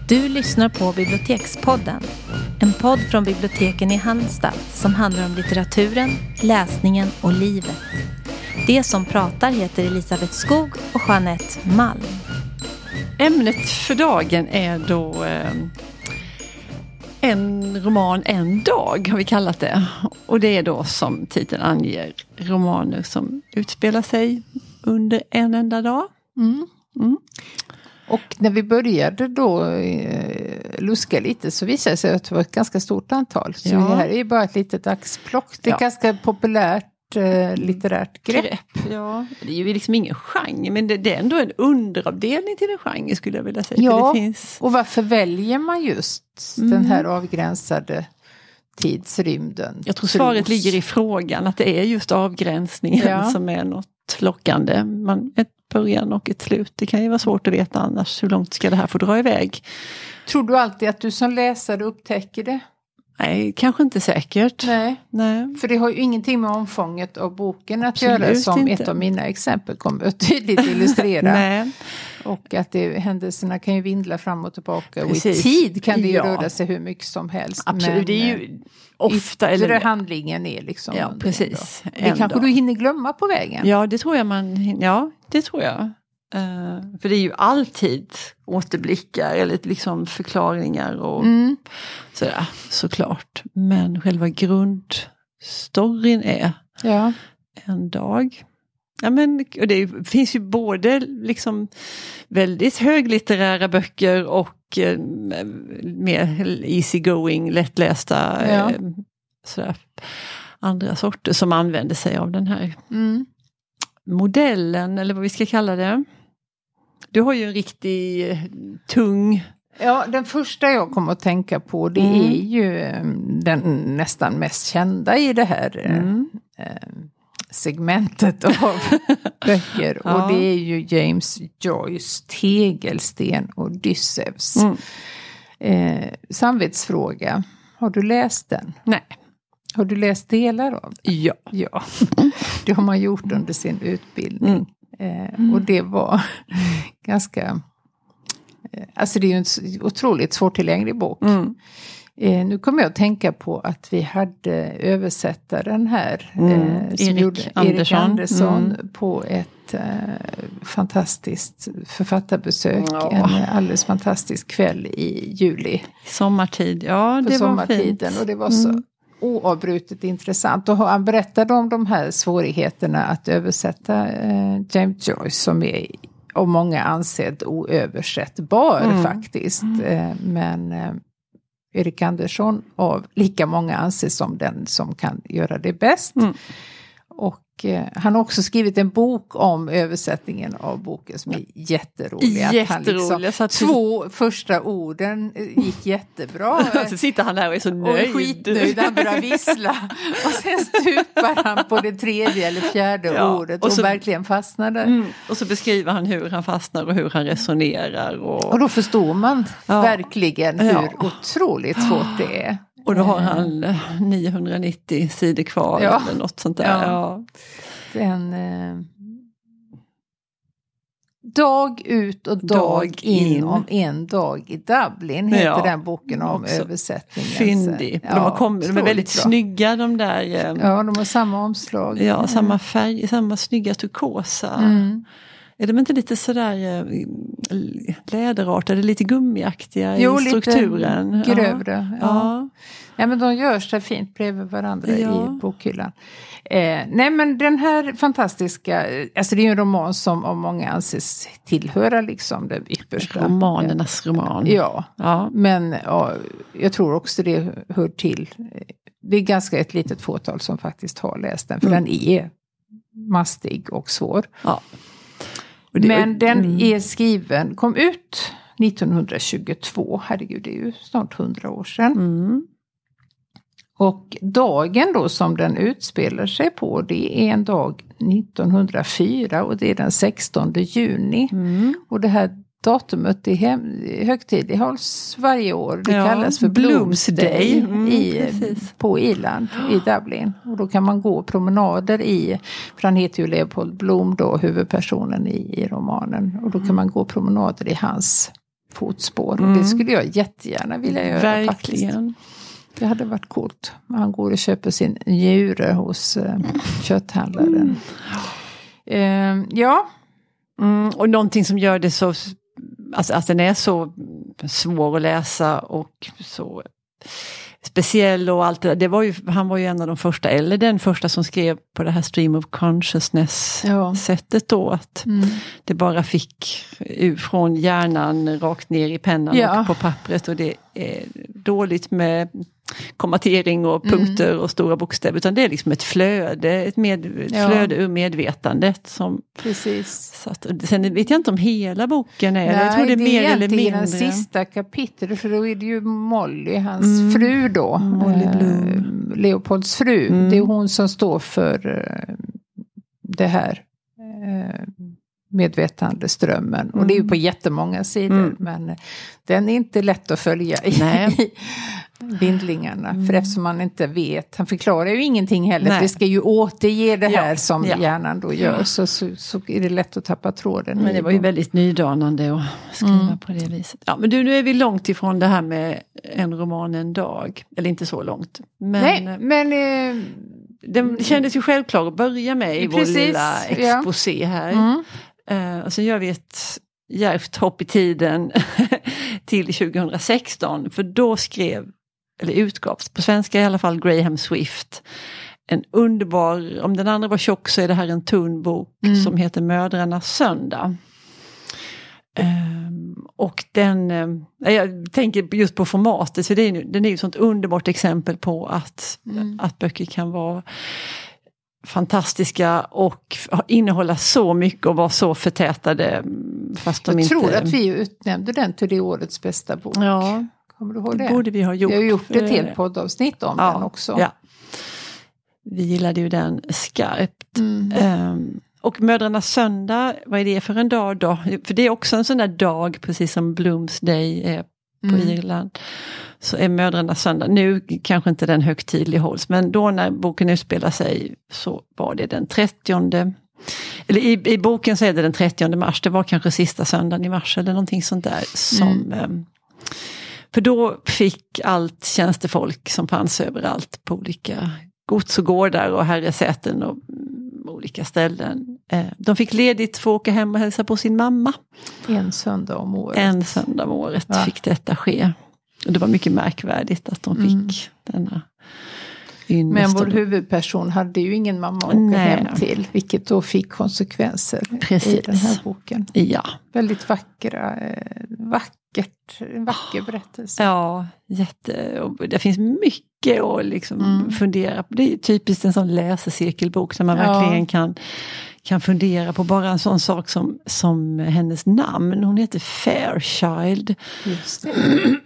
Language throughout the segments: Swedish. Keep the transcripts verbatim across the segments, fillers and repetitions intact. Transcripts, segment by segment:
Du lyssnar på Bibliotekspodden, en podd från biblioteken i Halmstad som handlar om litteraturen, läsningen och livet. Det som pratar heter Elisabeth Skog och Jeanette Malm. Ämnet för dagen är då eh, en roman en dag har vi kallat det. Och det är då som titeln anger romaner som utspelar sig under en enda dag. Mm. Mm. Och när vi började då eh, luska lite så visade det sig att det var ett ganska stort antal. Så ja. Det här är ju bara ett litet axplock. Det är ja. ganska populärt eh, litterärt grepp. grepp. Ja, det är ju liksom ingen genre, men det, det är ändå en underavdelning till en genre skulle jag vilja säga. Ja, det finns... och varför väljer man just mm. den här avgränsade tidsrymden? Jag tror svaret tros. ligger i frågan att det är just avgränsningen ja. som är något lockande. Man, ett början och ett slut. Det kan ju vara svårt att veta annars. Hur långt ska det här få dra iväg? Tror du alltid att du som läsare upptäcker det? Nej, kanske inte säkert. Nej, Nej. För det har ju ingenting med omfånget av boken att Absolut göra som inte. Ett av mina exempel kommer att tydligt illustrera. Nej. Och att det, händelserna kan ju vindla fram och tillbaka. Precis. Och i tid kan det ju ja. röra sig hur mycket som helst. Absolut, men, det är ju ofta... Yttre eller... handlingen är liksom... Ja, precis. Det kanske du hinner glömma på vägen. Ja, det tror jag man... Ja, det tror jag. Uh, för det är ju alltid återblickar eller liksom förklaringar och mm. sådär, såklart. Men själva grundstoryn är ja. en dag. Ja, men och det finns ju både liksom väldigt höglitterära böcker och eh, mer easygoing, lättlästa ja. eh, sådär, andra sorter som använder sig av den här mm. modellen, eller vad vi ska kalla det. Du har ju en riktig tung... Ja, den första jag kommer att tänka på det mm. är ju den nästan mest kända i det här mm. eh, segmentet av böcker. Ja. Och det är ju James Joyce Tegelsten och Odysseus. Mm. Eh, samvetsfråga. Har du läst den? Nej. Har du läst delar av den? Ja. Ja. Det har man gjort under sin utbildning. Mm. Eh, och det var ganska... Eh, alltså det är ju en otroligt svårtillgänglig bok. Mm. Eh, nu kommer jag att tänka på att vi hade översättaren här. Mm. Eh, som Erik gjorde, Andersson, Erik Andersson mm. på ett eh, fantastiskt författarbesök. Ja. En alldeles fantastisk kväll i juli. Sommartid, ja det på var sommartiden. fint. Och det var så... Mm. oavbrutet intressant. Och han berättade om de här svårigheterna att översätta eh, James Joyce som är av många ansedd oöversättbar mm. faktiskt. Mm. Eh, men eh, Erik Andersson av lika många anses som den som kan göra det bäst. Mm. Och eh, han har också skrivit en bok om översättningen av boken som är jätterolig. Jätterolig. Liksom, att två första orden gick jättebra. Så sitter han där och är så nöjd. Och skitnöjd, han börjar vissla. Och sen stupar han på det tredje eller fjärde ja, ordet och, och så, verkligen fastnar där. Mm, och så beskriver han hur han fastnar och hur han resonerar. Och, och då förstår man ja. verkligen hur ja. otroligt svårt det är. Och då har han niohundranittio sidor kvar ja. eller något sånt där. Ja. Ja. Den, eh, dag ut och dag, dag in. in om en dag i Dublin heter ja. den boken om också översättningen. Fyndig. Ja, de, har kommit, de är väldigt bra. Snygga de där. Eh, ja, de har samma omslag. Ja, mm. samma färg, samma snygga turkosa. Mm. Är de inte lite sådär läderartade, lite gummiaktiga jo, i strukturen? Lite grövre. Ja. Ja. Ja, men de gör sig fint bredvid varandra ja. i bokhyllan. Eh, nej, men den här fantastiska, alltså det är ju en roman som av många anses tillhöra liksom det yppersta. Romanernas roman. Ja, ja. men ja, jag tror också det hör till. Det är ganska ett litet fåtal som faktiskt har läst den, för mm. den är mastig och svår. Ja. Det, men den mm. är skriven, kom ut nittonhundratjugotvå, herregud det är ju snart hundra år sedan. Mm. Och dagen då som den utspelar sig på, det är en dag nittonhundrafyra och det är den sextonde juni. Mm. Och det här datumet i hem- högtid, det hålls varje år. Det ja, kallas för Bloomsday mm, i, på Irland, i Dublin. Och då kan man gå promenader i, för han heter ju Leopold Bloom då, huvudpersonen i, i romanen. Och då kan man gå promenader i hans fotspår. Mm. Och det skulle jag jättegärna vilja göra. Verkligen. Faktiskt. Det hade varit coolt. Han går och köper sin njure hos eh, kötthandlaren. Mm. Eh, ja. Mm, och någonting som gör det så, alltså att den är så svår att läsa och så speciell och allt det där. Det var ju, han var ju en av de första, eller den första som skrev på det här stream of consciousness ja. sättet då, att mm. det bara fick ut från hjärnan rakt ner i pennan ja. och på pappret, och det är dåligt med kommatering och punkter mm. och stora bokstäver, utan det är liksom ett flöde, ett, med, ett ja. flöde ur medvetandet som precis. Så att, sen vet jag inte om hela boken är, nej, jag tror det är mer eller mindre. Den sista kapitlet, för då är det ju Molly, hans mm. fru då, Molly Bloom. Eh, Leopolds fru, mm. det är hon som står för eh, det här eh, medvetandeströmmen. Mm. Och det är ju på jättemånga sidor. Mm. Men den är inte lätt att följa i, i vindlingarna. Mm. För eftersom man inte vet. Han förklarar ju ingenting heller. Nej. Det ska ju återge det här ja. som ja. hjärnan då gör. Ja. Så, så, så är det lätt att tappa tråden. Men det var ju väldigt nydanande att skriva mm. på det viset. Ja, men du, nu är vi långt ifrån det här med en roman en dag. Eller inte så långt. Men, Nej, men... Eh, det kändes ju självklart att börja med i precis, vår lilla exposé ja. här. Mm. Uh, och så gör vi ett djärvt hopp i tiden till tjugohundrasexton. För då skrev, eller utgavs på svenska i alla fall, Graham Swift en underbar, om den andra var tjock så är det här en tunn bok mm. som heter Mödrarnas söndag. Um, och den, um, jag tänker just på formatet, för det är, den är ju ett sånt underbart exempel på att, mm. att böcker kan vara fantastiska och innehålla så mycket och vara så förtätade. Fast de jag inte... tror att vi utnämnde den till det årets bästa bok. Ja, kommer du ihåg det? borde vi ha gjort. Vi har gjort ett helt poddavsnitt om ja, den också. Ja. Vi gillade ju den skarpt. Mm. Um, och Mödrarnas söndag, vad är det för en dag då? För det är också en sån där dag, precis som Bloomsday är på mm. Irland. Så är Mödrarnas söndag, nu kanske inte den högtidlig hålls, men då när boken utspelar sig så var det den trettionde, eller i, i boken så är det den trettionde mars, det var kanske sista söndagen i mars eller någonting sånt där som, mm. för då fick allt tjänstefolk som fanns överallt på olika gods och gårdar och herresäten och olika ställen. De fick ledigt för att åka hem och hälsa på sin mamma. En söndag om året. En söndag om året ja. fick detta ske. Och det var mycket märkvärdigt att de fick mm. denna ynnest. Men vår huvudperson hade ju ingen mamma att åka Nej. hem till. Vilket då fick konsekvenser Precis. i den här boken. Ja. Väldigt vackra, vackert, en vacker berättelse. Ja, jätte. Och det finns mycket att liksom mm. fundera på. Det är typiskt en sån läsecirkelbok som man ja. verkligen kan, kan fundera på. Bara en sån sak som, som hennes namn. Hon heter Fairchild. Just det.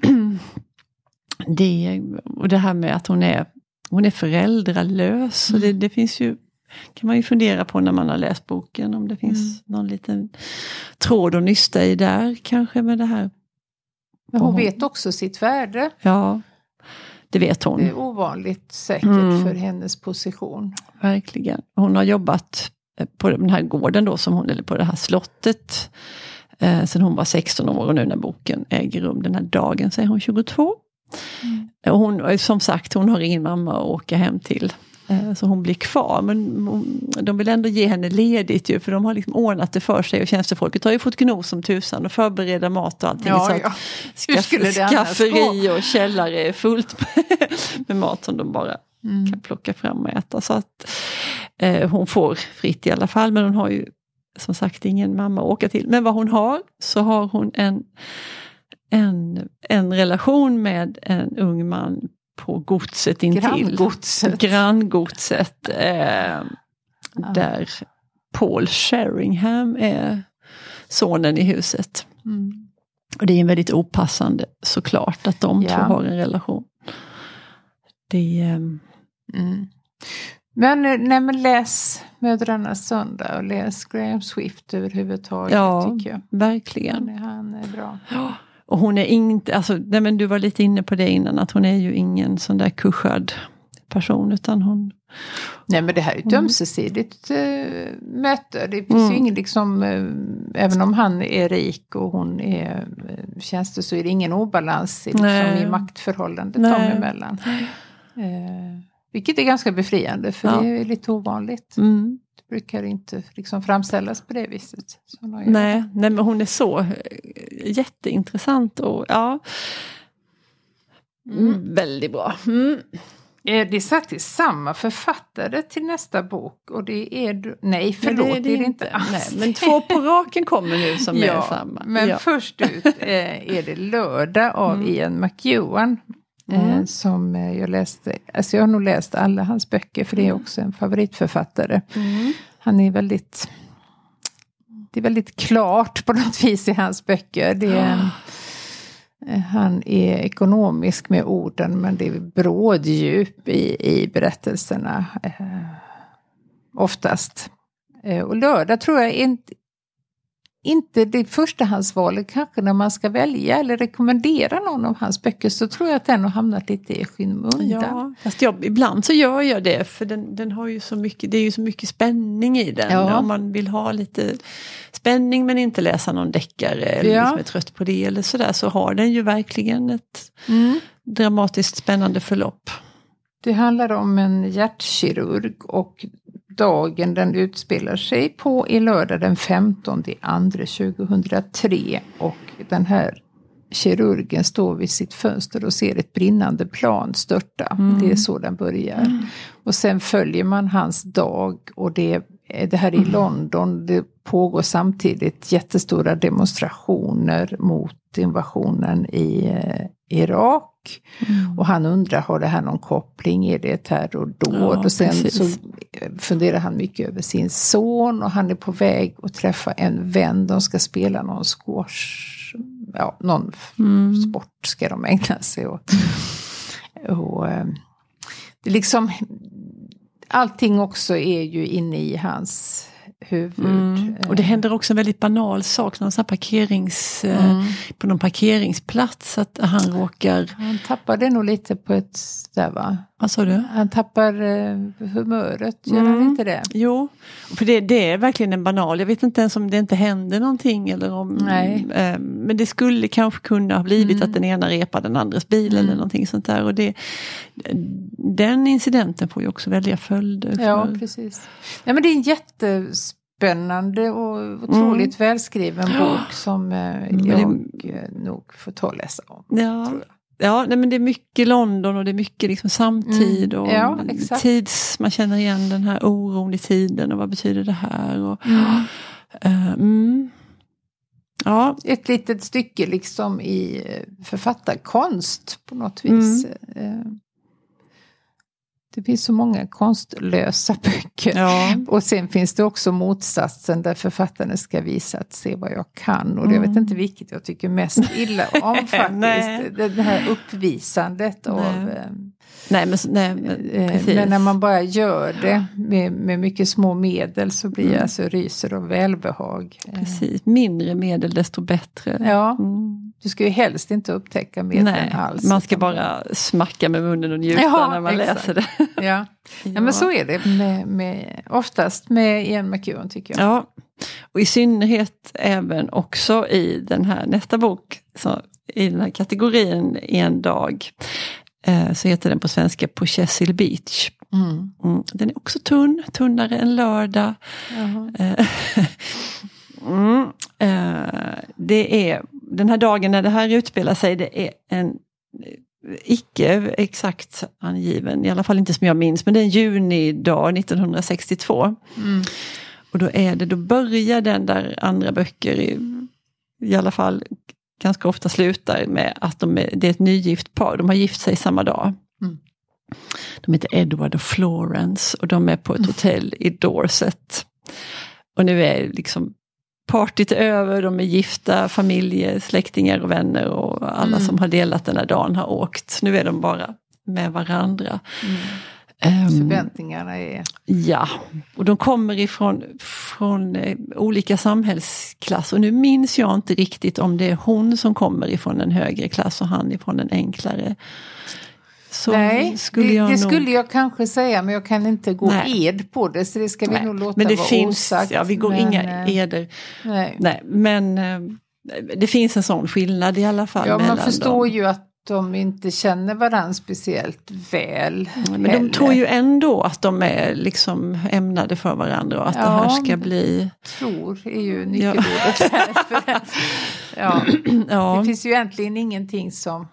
det. Och det här med att hon är, hon är föräldralös. Mm. Och det, det finns ju, kan man ju fundera på när man har läst boken. Om det finns mm. någon liten tråd att nysta i där. Kanske med det här. Men hon vet också sitt värde. Ja, det vet hon. Det är ovanligt säkert mm. för hennes position. Verkligen. Hon har jobbat på den här gården då, som hon, eller på det här slottet eh, sedan hon var sexton år, och nu när boken äger rum den här dagen så är hon tjugotvå. Mm. Och hon, som sagt, hon har ingen mamma att åka hem till. Eh, så hon blir kvar, men de vill ändå ge henne ledigt ju, för de har liksom ordnat det för sig, och tjänstefolket har ju fått gnos som tusan och förbereda mat och allting. Ja, så ja. Skaff, skafferi och källare är fullt med, med mat som de bara mm. kan plocka fram och äta. Så att eh, hon får fritt i alla fall, men hon har ju som sagt ingen mamma att åka till. Men vad hon har, så har hon en, en, en relation med en ung man på godset intill. Granngodset. Granngodset. Eh, ja. Där Paul Sheringham är sonen i huset. Mm. Och det är en väldigt opassande såklart att de ja. två har en relation. Det eh, mm. Men nej, men läs Mödrarnas söndag och läs Graham Swift överhuvudtaget, ja, tycker jag. Verkligen. Han är, han är bra. Ja. Och hon är inte, alltså, nej men du var lite inne på det innan, att hon är ju ingen sån där kuschad person, utan hon, Nej, men det här är ett mm. ömsesidigt äh, möte. Det finns mm. ju ingen liksom, äh, även om han är rik och hon är äh, tjänster, så är det ingen obalans liksom, i maktförhållandet dem emellan. Äh, vilket är ganska befriande, för ja. det är lite ovanligt. Mm. Det brukar inte liksom framställas på det viset. Nej, nej, men hon är så jätteintressant och ja, mm. väldigt bra. Mm. Det är faktiskt samma författare till nästa bok. Och det är... Nej, förlåt, nej, det, är det, det är det inte alls. Nej, men två på raken kommer nu som ja, är samma. Men ja. först ut eh, är det Lördag av mm. Ian McEwan. Eh, mm. Som eh, jag läste... Alltså jag har nog läst alla hans böcker, för det är också en favoritförfattare. Mm. Han är väldigt... Det är väldigt klart på något vis i hans böcker. Det är... Oh. Han är ekonomisk med orden, men det är bråddjup i, i berättelserna eh, oftast. Eh, och Lördag tror jag inte, inte det förstahandsvalet kanske när man ska välja eller rekommendera någon av hans böcker, så tror jag att den har hamnat lite i skymundan. Ja, fast jag, ibland så gör jag det, för den, den har ju så mycket, det är ju så mycket spänning i den. Ja. Om man vill ha lite spänning men inte läsa någon deckare eller ja. liksom är trött på det eller sådär, så har den ju verkligen ett mm. dramatiskt spännande förlopp. Det handlar om en hjärtkirurg och dagen den utspelar sig på i lördag den femtonde andra tjugohundratre, och den här kirurgen står vid sitt fönster och ser ett brinnande plan störta. Mm. Det är så den börjar. Mm. Och sen följer man hans dag, och det, det här i London, det pågår samtidigt jättestora demonstrationer mot invasionen i eh, Irak. Mm. Och han undrar, har det här någon koppling? Är det terrordåd? Ja, och sen precis. Så funderar han mycket över sin son, och han är på väg att träffa en vän. De ska spela någon squash, ja, någon mm. sport ska de ägna sig åt. Och det är liksom, allting också är ju inne i hans huvud. Mm. Och det händer också en väldigt banal sak, någon sån parkerings, mm. på någon parkeringsplats, att han råkar... Han tappar det nog lite på ett där, va? Vad sa du? Han tappar uh, humöret, gör mm. han inte det? Jo, för det, det är verkligen en banal. Jag vet inte ens om det inte händer någonting, eller om... Nej. Eh, men det skulle kanske kunna ha blivit mm. att den ena repar den andres bil mm. eller någonting sånt där. Och det, den incidenten får ju också väldiga följder. För... Ja, precis. Nej, men det är en jättespännande och otroligt mm. välskriven bok som eh, jag det... nog får ta och läsa om. Ja. Tror jag. Ja, nej, men det är mycket London och det är mycket liksom samtid och mm, ja, tids, man känner igen den här oron i tiden och vad betyder det här. Och, mm. Uh, mm. Ja. Ett litet stycke liksom i författarkonst på något vis. Mm. Det finns så många konstlösa böcker. Ja. Och sen finns det också motsatsen där författarna ska visa att se vad jag kan. Och mm. jag vet inte vilket jag tycker mest illa om faktiskt. det, det här uppvisandet nej. av... Nej, men, nej, men, men när man bara gör det med, med mycket små medel så blir mm. jag alltså ryser och välbehag. Precis, mindre medel desto bättre. Ja, mm. du ska ju helst inte upptäcka medlen nej, alls. Man ska bara smacka med munnen och njuta ja, när man exakt. läser det. Ja. ja. ja, men så är det med, med, oftast med Ian McEwan tycker jag. Ja, och i synnerhet även också i den här nästa bok, så, i den här kategorin En dag. Så heter den på svenska På Chesil Beach. Mm. Mm. Den är också tunn, tunnare än Lördag. Uh-huh. mm. Det är den här dagen när det här utspelar sig, det är en icke exakt angiven, i alla fall inte som jag minns, men det är en junidag nittonhundrasextiotvå. Mm. Och då är det, då börjar den där andra böcker i, i alla fall ganska ofta slutar med att de är, det är ett nygift par. De har gift sig samma dag. Mm. De heter Edward och Florence och de är på ett mm. hotell i Dorset. Och nu är liksom partyt över, de är gifta, familjer, släktingar och vänner och alla mm. som har delat den här dagen har åkt. Nu är de bara med varandra. Mm. Um, Förväntningarna är... Ja, och de kommer ifrån från eh, olika samhällsklass. Och nu minns jag inte riktigt om det är hon som kommer ifrån en högre klass och han ifrån en enklare. så Nej, skulle det, jag det nog... skulle jag kanske säga, men jag kan inte gå Nej. ed på det, så det ska vi Nej. nog låta men det vara finns, osagt. Ja, vi går men, inga eder. Nej. Nej, men det finns en sån skillnad i alla fall. Ja, man mellan förstår dem. ju att de inte känner varandra speciellt väl. Men de tror ju ändå att de är liksom ämnade för varandra och att ja, det här ska bli... Tror är ju nyckelordet ja. här. För, ja. ja. Det finns ju egentligen ingenting som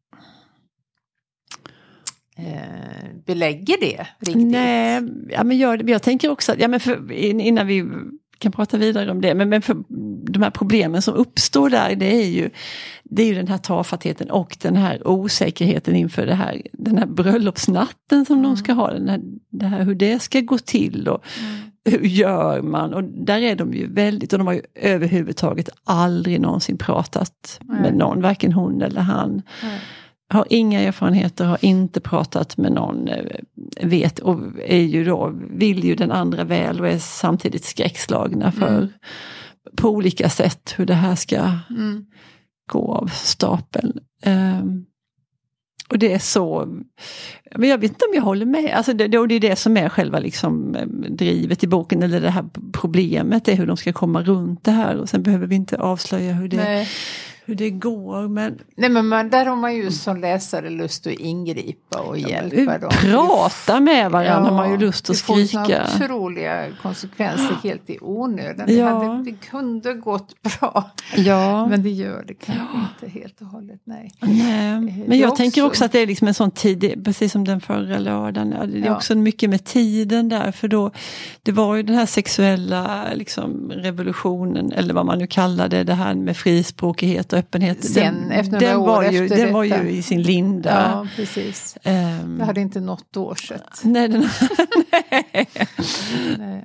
eh, belägger det riktigt. Nej, ja, men jag, jag tänker också att, ja, men för, innan vi kan prata vidare om det, men, men för de här problemen som uppstår där, det är ju, det är ju den här tafattheten och den här osäkerheten inför det här, den här bröllopsnatten som mm. de ska ha, den här, det här hur det ska gå till och mm. hur gör man, och där är de ju väldigt, och de har ju överhuvudtaget aldrig någonsin pratat mm. med någon, varken hon eller han. Mm. Har inga erfarenheter, har inte pratat med någon, vet och är ju då, vill ju den andra väl och är samtidigt skräckslagna för mm. på olika sätt hur det här ska mm. gå av stapeln. Um, och det är så, men jag vet inte om jag håller med, alltså det, det är det som är själva liksom drivet i boken, eller det här problemet är hur de ska komma runt det här, och sen behöver vi inte avslöja hur det Nej. hur det går. Men... Nej, men man, där har man ju som läsare lust att ingripa och ja, hjälpa dem. Prata med varandra, ja, har man ju lust att skrika. Det får otroliga konsekvenser helt i onödan. Ja. Det, hade, det kunde gått bra. Ja. Men det gör det kanske ja. inte helt och hållet. Nej. Nej. Men jag också... tänker också att det är liksom en sån tid, precis som den förra lördagen. Det är ja. också mycket med tiden där. För då, det var ju den här sexuella liksom, revolutionen, eller vad man nu kallar det, det här med frispråkighet och öppenhet. Sen, den efter den, några år var, ju, efter den var ju i sin linda. Ja, precis. Um, det hade inte nått årset. Nej, den, nej. nej.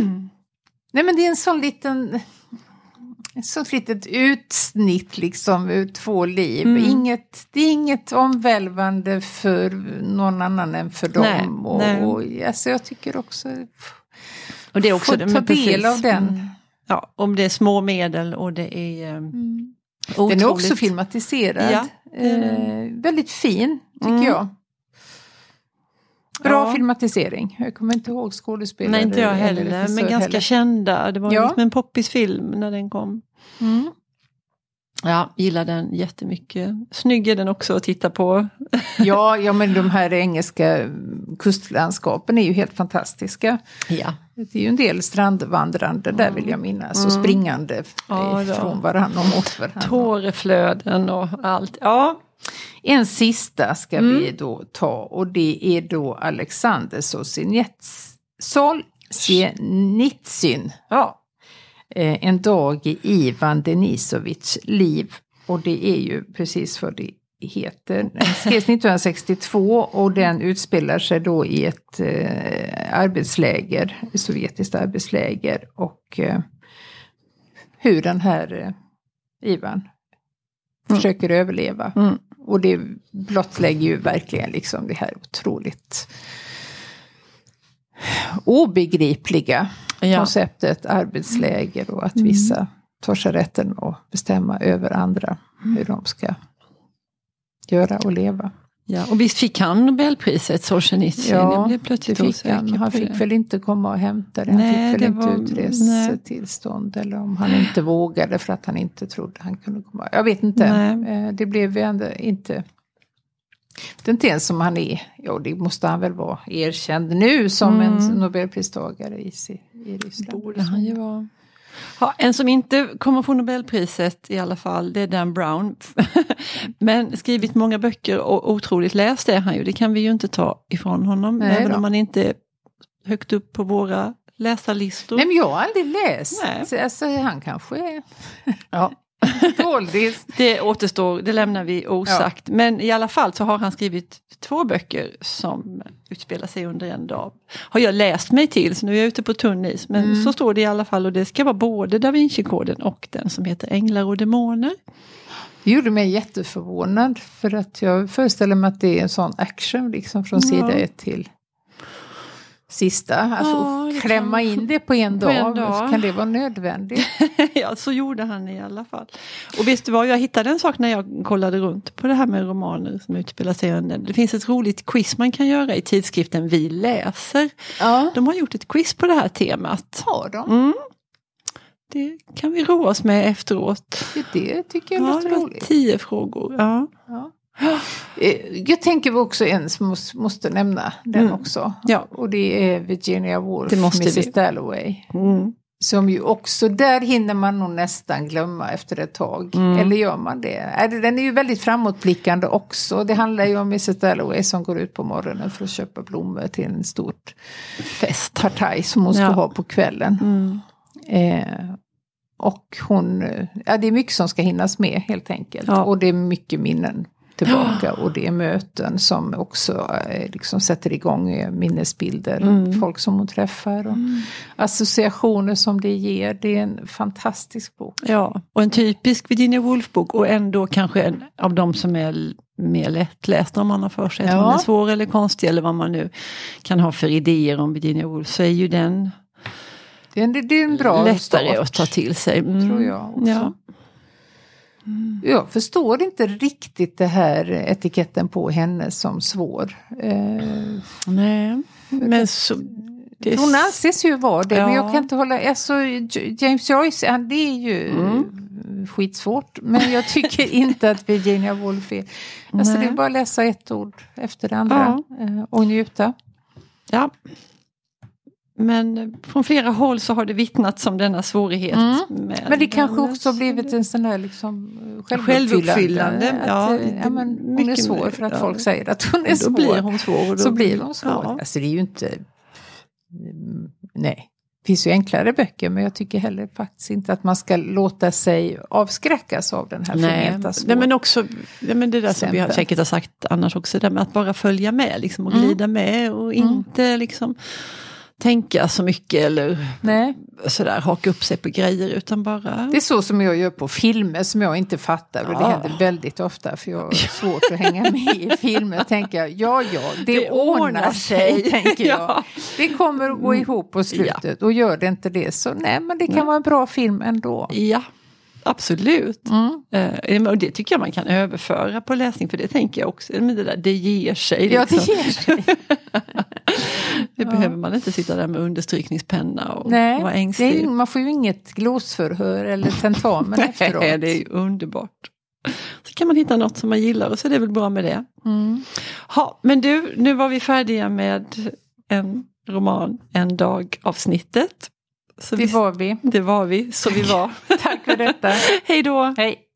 nej, men det är en sån liten... Ett sånt litet utsnitt liksom ur två liv. Mm. Inget, det är inget omvälvande för någon annan än för dem. Nej, och, nej. Och, alltså jag tycker också... Och det är också få ta del precis. av den. Mm. Ja, om det är små medel och det är... Mm. Den är också filmatiserad. Ja. Eh, väldigt fin, tycker mm. jag. Bra ja. filmatisering. Jag kommer inte ihåg skådespelare. Nej, inte jag heller. Men ganska heller. kända. Det var ja. liksom en poppisfilm när den kom. Mm. Ja, gillar den jättemycket. Snygg är den också att titta på. ja, ja, men de här engelska kustlandskapen är ju helt fantastiska. Ja. Det är ju en del strandvandrande mm. där vill jag minnas. Mm. Och springande ja, från varandra och mot varandra. Tåreflöden och allt. Ja. En sista ska mm. vi då ta, och det är då Alexander Solzhenitsyn. Ja. En dag i Ivan Denisovics liv, och det är ju precis vad det heter. Den skrevs nittonhundrasextiotvå och den utspelar sig då i ett eh, arbetsläger, ett sovjetiskt arbetsläger, och eh, hur den här eh, Ivan mm. försöker överleva. Mm. Och det blottlägger ju verkligen liksom det här otroligt obegripliga ja. konceptet arbetsläger, och att vissa mm. tar sig rätten att bestämma över andra mm. hur de ska göra och leva. Ja, och visst fick han Nobelpriset, Solzhenitsyn? Ja, jag blev plötsligt det fick han. Han fick det. väl inte komma och hämta det. Han nej, fick väl inte var, utresetillstånd. Eller om han inte vågade för att han inte trodde han kunde komma. Jag vet inte. Nej. Det blev ju ändå inte... Det är inte ens som han är. Ja, det måste han väl vara erkänd nu som mm. en Nobelpristagare i, i Ryssland. Borde han ju vara. Ja, en som inte kommer få Nobelpriset i alla fall, det är Dan Brown. Men skrivit många böcker och otroligt läst är han ju. Det kan vi ju inte ta ifrån honom. Nej, även då. Om han inte är högt upp på våra läsarlistor. Nej, men jag har aldrig läst. Nej. Alltså, han kanske är... Ja. Det återstår, det lämnar vi osagt. Ja. Men i alla fall så har han skrivit två böcker som utspelar sig under en dag. Har jag läst mig till, så nu är jag ute på tunn is. Men mm. så står det i alla fall, och det ska vara både Da Vinci-koden och den som heter Änglar och demoner. Det gjorde mig jätteförvånad, för att jag föreställer mig att det är en sån action liksom från sida ja. ett till sista. Alltså Ja, klämma kan... in det på en, på dag. en dag. Kan det vara nödvändigt? Ja, så gjorde han i alla fall. Och visst vad, jag hittade en sak när jag kollade runt på det här med romaner som utspelar sig under. Det finns ett roligt quiz man kan göra i tidskriften Vi läser. Ja. De har gjort ett quiz på det här temat. Har de? Mm. Det kan vi roa oss med efteråt. Det tycker jag ja, låter det var roligt. Tio frågor. Ja. Ja. Jag tänker vi också en som måste, måste nämna den mm. också. Ja. Och det är Virginia Woolf, det måste missus vi. Dalloway. Mm. Som ju också, där hinner man nog nästan glömma efter ett tag. Mm. Eller gör man det? Den är ju väldigt framåtblickande också. Det handlar ju om missus Dalloway som går ut på morgonen för att köpa blommor till en stort festpartaj som hon ska ja. ha på kvällen. Mm. Eh, och hon, ja det är mycket som ska hinnas med helt enkelt. Ja. Och det är mycket minnen tillbaka och det är möten som också eh, liksom sätter igång minnesbilder, mm. folk som hon träffar och mm. associationer som det ger. Det är en fantastisk bok. Ja, och en typisk Virginia Woolf-bok och ändå kanske en av de som är mer lättlästa om man har för sig att ja. man är svår eller konstig eller vad man nu kan ha för idéer om Virginia Woolf, så är ju den det är en, det är en bra lättare start, att ta till sig. Mm. Tror jag också. Ja. Mm. Jag förstår inte riktigt det här etiketten på henne som svår. Eh, Nej, men så... Det... Hon anses ju vara det, ja. men jag kan inte hålla... Alltså, James Joyce, han, det är ju mm. skitsvårt. Men jag tycker inte att Virginia Woolf är... Alltså det är bara att läsa ett ord efter det andra ja. eh, och njuta. Ja. Men från flera håll så har det vittnats om denna svårighet. Mm. Med men det kanske också har blivit en sån här liksom självuppfyllande. självuppfyllande. Ja, att, ja, men hon är svår för att ja. folk säger att hon är då svår. Blir hon svår och då så blir hon svår. Ja. Alltså det är ju inte... Nej, det finns ju enklare böcker, men jag tycker heller faktiskt inte att man ska låta sig avskräckas av den här förmenta svår. Nej, men också ja, men det där som vi har säkert har sagt annars också, det med att bara följa med liksom, och glida mm. med och inte mm. liksom tänka så mycket eller Nej. sådär haka upp sig på grejer utan bara... Det är så som jag gör på filmer som jag inte fattar och ja. det händer väldigt ofta för jag har svårt att hänga med i filmer. Tänker jag, ja ja, det, det ordnar sig, tänker jag. Ja. Det kommer att gå ihop på slutet ja. och gör det inte det så nej, men det kan nej. vara en bra film ändå. Ja, absolut. Mm. Och det tycker jag man kan överföra på läsning, för det tänker jag också, men det där, det ger sig. Liksom. Ja, det ger sig. Det ja. behöver man inte sitta där med understrykningspenna och Nej, vara ängslig. Nej, man får ju inget glosförhör eller tentamen efteråt. Nej, det är ju underbart. Så kan man hitta något som man gillar och så är det väl bra med det. Mm. Ha, men du, nu var vi färdiga med en roman, en dag avsnittet. Så det vi, var vi. Det var vi, så vi var. Tack för detta. Hej då. Hej.